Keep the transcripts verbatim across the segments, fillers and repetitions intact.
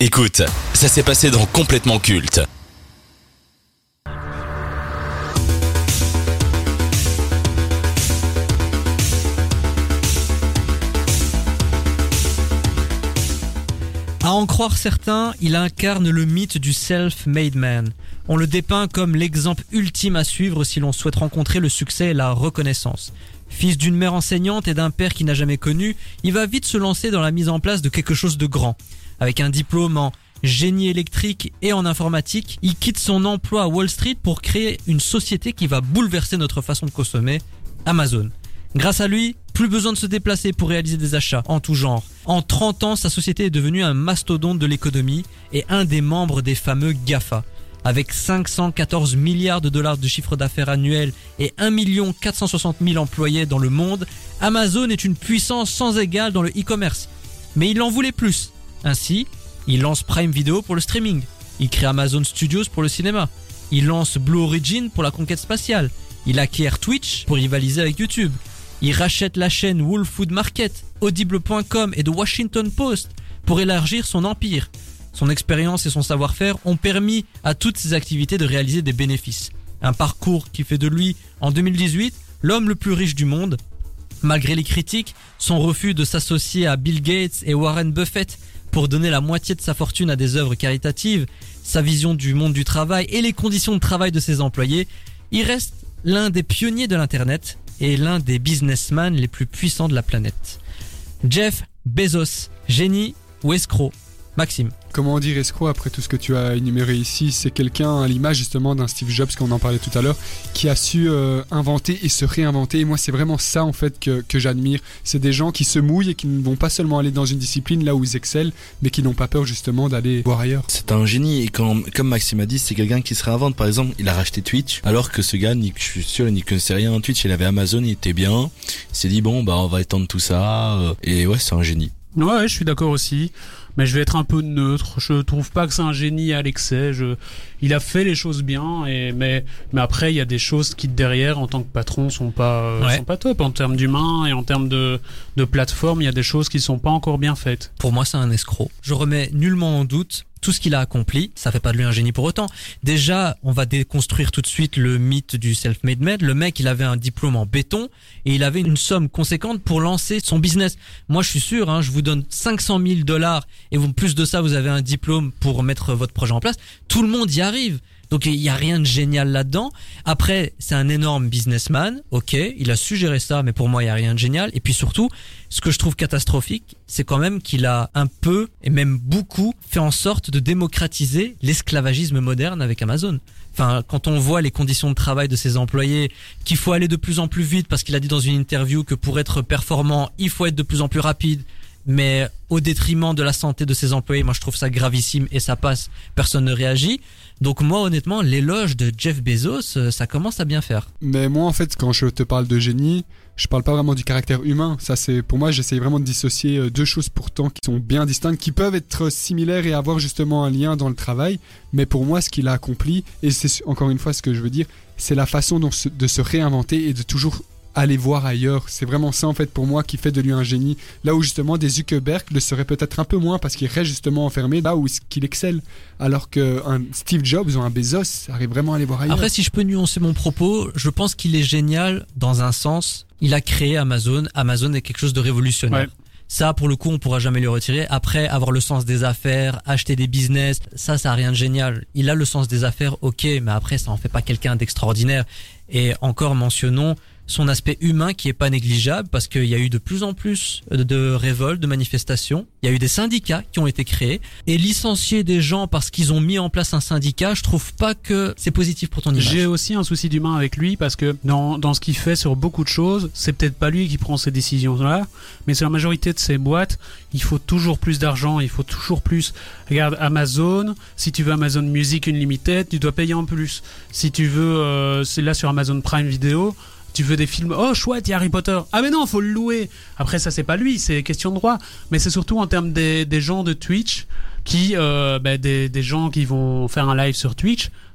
Écoute, ça s'est passé dans Complètement Culte. À en croire certains, il incarne le mythe du self-made man. On le dépeint comme l'exemple ultime à suivre si l'on souhaite rencontrer le succès et la reconnaissance. Fils d'une mère enseignante et d'un père qui n'a jamais connu, il va vite se lancer dans la mise en place de quelque chose de grand. Avec un diplôme en génie électrique et en informatique, il quitte son emploi à Wall Street pour créer une société qui va bouleverser notre façon de consommer, Amazon. Grâce à lui, plus besoin de se déplacer pour réaliser des achats en tout genre. En trente ans, sa société est devenue un mastodonte de l'économie et un des membres des fameux GAFA. Avec cinq cent quatorze milliards de dollars de chiffre d'affaires annuel et un million quatre cent soixante mille employés dans le monde, Amazon est une puissance sans égale dans le e-commerce. Mais il en voulait plus. Ainsi, il lance Prime Video pour le streaming. Il crée Amazon Studios pour le cinéma. Il lance Blue Origin pour la conquête spatiale. Il acquiert Twitch pour rivaliser avec YouTube. Il rachète la chaîne Whole Food Market, Audible point com et The Washington Post pour élargir son empire. Son expérience et son savoir-faire ont permis à toutes ses activités de réaliser des bénéfices. Un parcours qui fait de lui, en deux mille dix-huit, l'homme le plus riche du monde. Malgré les critiques, son refus de s'associer à Bill Gates et Warren Buffett pour donner la moitié de sa fortune à des œuvres caritatives, sa vision du monde du travail et les conditions de travail de ses employés, il reste l'un des pionniers de l'Internet et l'un des businessmen les plus puissants de la planète. Jeff Bezos, génie ou escroc? Maxime. Comment dire escroc après tout ce que tu as énuméré ici? C'est quelqu'un à l'image justement d'un Steve Jobs qu'on en parlait tout à l'heure, qui a su euh, inventer et se réinventer. Et moi c'est vraiment ça en fait que, que j'admire. C'est des gens qui se mouillent et qui ne vont pas seulement aller dans une discipline là où ils excellent, mais qui n'ont pas peur justement d'aller voir ailleurs. C'est un génie et quand, comme Maxime a dit, c'est quelqu'un qui se réinvente. Par exemple, il a racheté Twitch, alors que ce gars, je suis sûr, il n'y connaissait rien en Twitch. Il avait Amazon, il était bien. Il s'est dit bon bah on va étendre tout ça. Et ouais, c'est un génie. Ouais, je suis d'accord aussi. Mais je vais être un peu neutre. Je trouve pas que c'est un génie à l'excès. Je, il a fait les choses bien, et mais mais après il y a des choses qui derrière en tant que patron sont pas ouais. sont pas top en termes d'humain et en termes de de plateforme. Il y a des choses qui sont pas encore bien faites. Pour moi, c'est un escroc. Je remets nullement en doute tout ce qu'il a accompli. Ça fait pas de lui un génie pour autant. Déjà, on va déconstruire tout de suite le mythe du self-made man. Le mec, il avait un diplôme en béton et il avait une somme conséquente pour lancer son business. Moi, je suis sûr, hein, je vous donne cinq cent mille dollars et vous, plus de ça, vous avez un diplôme pour mettre votre projet en place. Tout le monde y arrive. Donc il y a rien de génial là-dedans. Après, c'est un énorme businessman, ok, il a su gérer ça, mais pour moi il y a rien de génial. Et puis surtout, ce que je trouve catastrophique, c'est quand même qu'il a un peu, et même beaucoup, fait en sorte de démocratiser l'esclavagisme moderne avec Amazon. Enfin, quand on voit les conditions de travail de ses employés, qu'il faut aller de plus en plus vite, parce qu'il a dit dans une interview que pour être performant, il faut être de plus en plus rapide, mais au détriment de la santé de ses employés, moi je trouve ça gravissime et ça passe, personne ne réagit. Donc moi honnêtement, l'éloge de Jeff Bezos, ça commence à bien faire. Mais moi en fait, quand je te parle de génie, je parle pas vraiment du caractère humain. Ça c'est, pour moi, j'essaye vraiment de dissocier deux choses pourtant qui sont bien distinctes, qui peuvent être similaires et avoir justement un lien dans le travail. Mais pour moi, ce qu'il a accompli, et c'est encore une fois ce que je veux dire, c'est la façon dont se, de se réinventer et de toujours aller voir ailleurs. C'est vraiment ça en fait pour moi qui fait de lui un génie. Là où justement des Zuckerberg le seraient peut-être un peu moins parce qu'il reste justement enfermé là où qu'il excelle. Alors qu'un Steve Jobs ou un Bezos arrive vraiment à aller voir ailleurs. Après, si je peux nuancer mon propos, je pense qu'il est génial dans un sens. Il a créé Amazon. Amazon est quelque chose de révolutionnaire. Ouais. Ça, pour le coup, on pourra jamais lui retirer. Après, avoir le sens des affaires, acheter des business, ça, ça a rien de génial. Il a le sens des affaires, ok, mais après, ça en fait pas quelqu'un d'extraordinaire. Et encore, mentionnons son aspect humain qui est pas négligeable parce qu'il y a eu de plus en plus de révoltes, de manifestations. Il y a eu des syndicats qui ont été créés et licencier des gens parce qu'ils ont mis en place un syndicat, je trouve pas que c'est positif pour ton image. J'ai aussi un souci d'humain avec lui parce que dans, dans ce qu'il fait sur beaucoup de choses, c'est peut-être pas lui qui prend ces décisions-là, mais sur la majorité de ces boîtes, il faut toujours plus d'argent, il faut toujours plus. Regarde Amazon, si tu veux Amazon Music Unlimited, tu dois payer en plus. Si tu veux, euh, c'est là sur Amazon Prime Video, tu veux des films, oh chouette, il y a Harry Potter. Ah mais non, faut le louer. Après ça c'est pas lui, c'est question de droit. Mais c'est surtout en termes des, des gens de Twitch qui, euh, bah, des, des gens qui vont faire un live sur Twitch.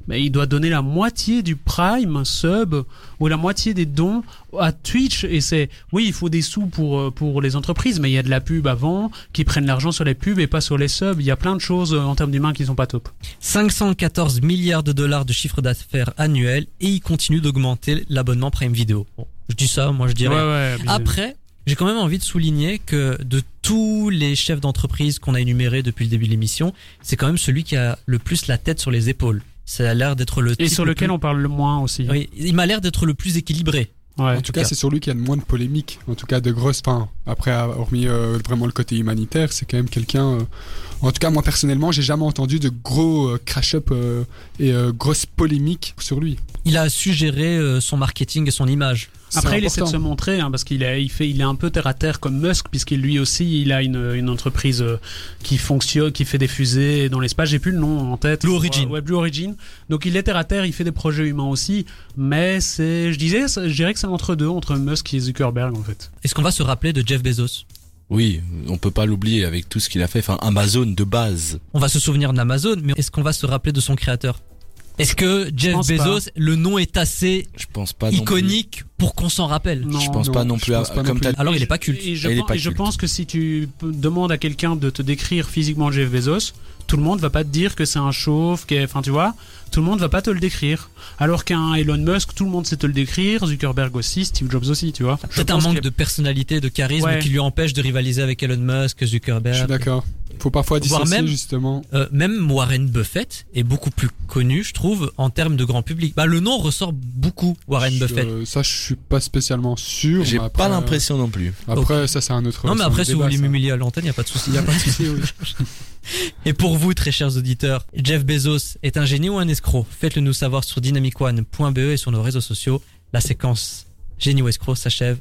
mais il doit donner la moitié du Prime sub ou la moitié des dons à Twitch. Et c'est, oui, il faut des sous pour, pour les entreprises, mais il y a de la pub avant, qui prennent l'argent sur les pubs et pas sur les subs. Il y a plein de choses en termes d'humains qui sont pas top. cinq cent quatorze milliards de dollars de chiffre d'affaires annuel et il continue d'augmenter l'abonnement Prime Video. Bon, je dis ça, moi je dirais. Ouais, ouais, Après, j'ai quand même envie de souligner que de tous les chefs d'entreprise qu'on a énumérés depuis le début de l'émission, c'est quand même celui qui a le plus la tête sur les épaules. Ça a l'air d'être le Et type sur le lequel plus... on parle le moins aussi. Oui, il m'a l'air d'être le plus équilibré. Ouais. En tout cas, c'est sur lui qu'il y a le moins de polémiques, en tout cas de grosses. Enfin, après, hormis euh, vraiment le côté humanitaire, c'est quand même quelqu'un. Euh... En tout cas, moi personnellement, j'ai jamais entendu de gros euh, crash-up euh, et euh, grosses polémiques sur lui. Il a su gérer euh, son marketing et son image. Après, il essaie de se montrer, hein, parce qu'il est, il fait, il est un peu terre à terre comme Musk, puisqu'il lui aussi, il a une, une entreprise euh, qui fonctionne, qui fait des fusées dans l'espace. J'ai plus le nom en tête. Blue Origin. Ouais, Blue Origin. Donc il est terre à terre, il fait des projets humains aussi, mais c'est, je disais, je dirais que c'est entre deux, entre Musk et Zuckerberg en fait. Est-ce qu'on va se rappeler de Jeff Bezos ? Oui, on peut pas l'oublier avec tout ce qu'il a fait. Enfin, Amazon de base. On va se souvenir d'Amazon, mais est-ce qu'on va se rappeler de son créateur ? Est-ce que Jeff Bezos, pas. le nom est assez je pense pas iconique pour qu'on s'en rappelle? Non, je pense non, pas non plus. À, pas comme non plus. Alors il est pas culte. Et je, et pense, pas et je culte. pense que si tu demandes à quelqu'un de te décrire physiquement Jeff Bezos, tout le monde va pas te dire que c'est un chauve, qu'est, enfin tu vois, tout le monde va pas te le décrire. Alors qu'un Elon Musk, tout le monde sait te le décrire, Zuckerberg aussi, Steve Jobs aussi, tu vois. C'est un manque de personnalité, de charisme ouais. qui lui empêche de rivaliser avec Elon Musk, Zuckerberg. Je suis d'accord. Faut parfois dissocier même, justement. Euh, même Warren Buffett est beaucoup plus connu, je trouve, en termes de grand public. Bah le nom ressort beaucoup, Warren je, Buffett. Euh, ça, je suis pas spécialement sûr. J'ai après, pas l'impression non plus. Après, okay. ça c'est un autre. Non mais après, un si débat, vous voulez ça. m'humilier à l'antenne, y a pas de souci. Y a pas de souci. Oui. Et pour vous, très chers auditeurs, Jeff Bezos est un génie ou un escroc? Faites-le nous savoir sur dynamic one point b e et sur nos réseaux sociaux. La séquence génie ou escroc s'achève.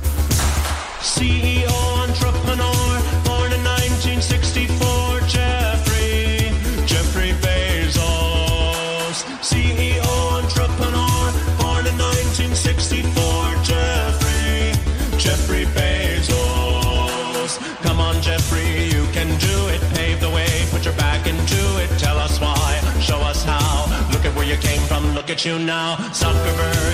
C E O entrepreneur, born in nineteen sixty-four, Jeffrey, Jeffrey Bezos. C E O entrepreneur, born in nineteen sixty-four, Jeffrey, Jeffrey Bezos. Come on, Jeffrey, you can do it. Pave the way, put your back into it. Tell us why, show us how. Look at where you came from, look at you now. Zuckerberg.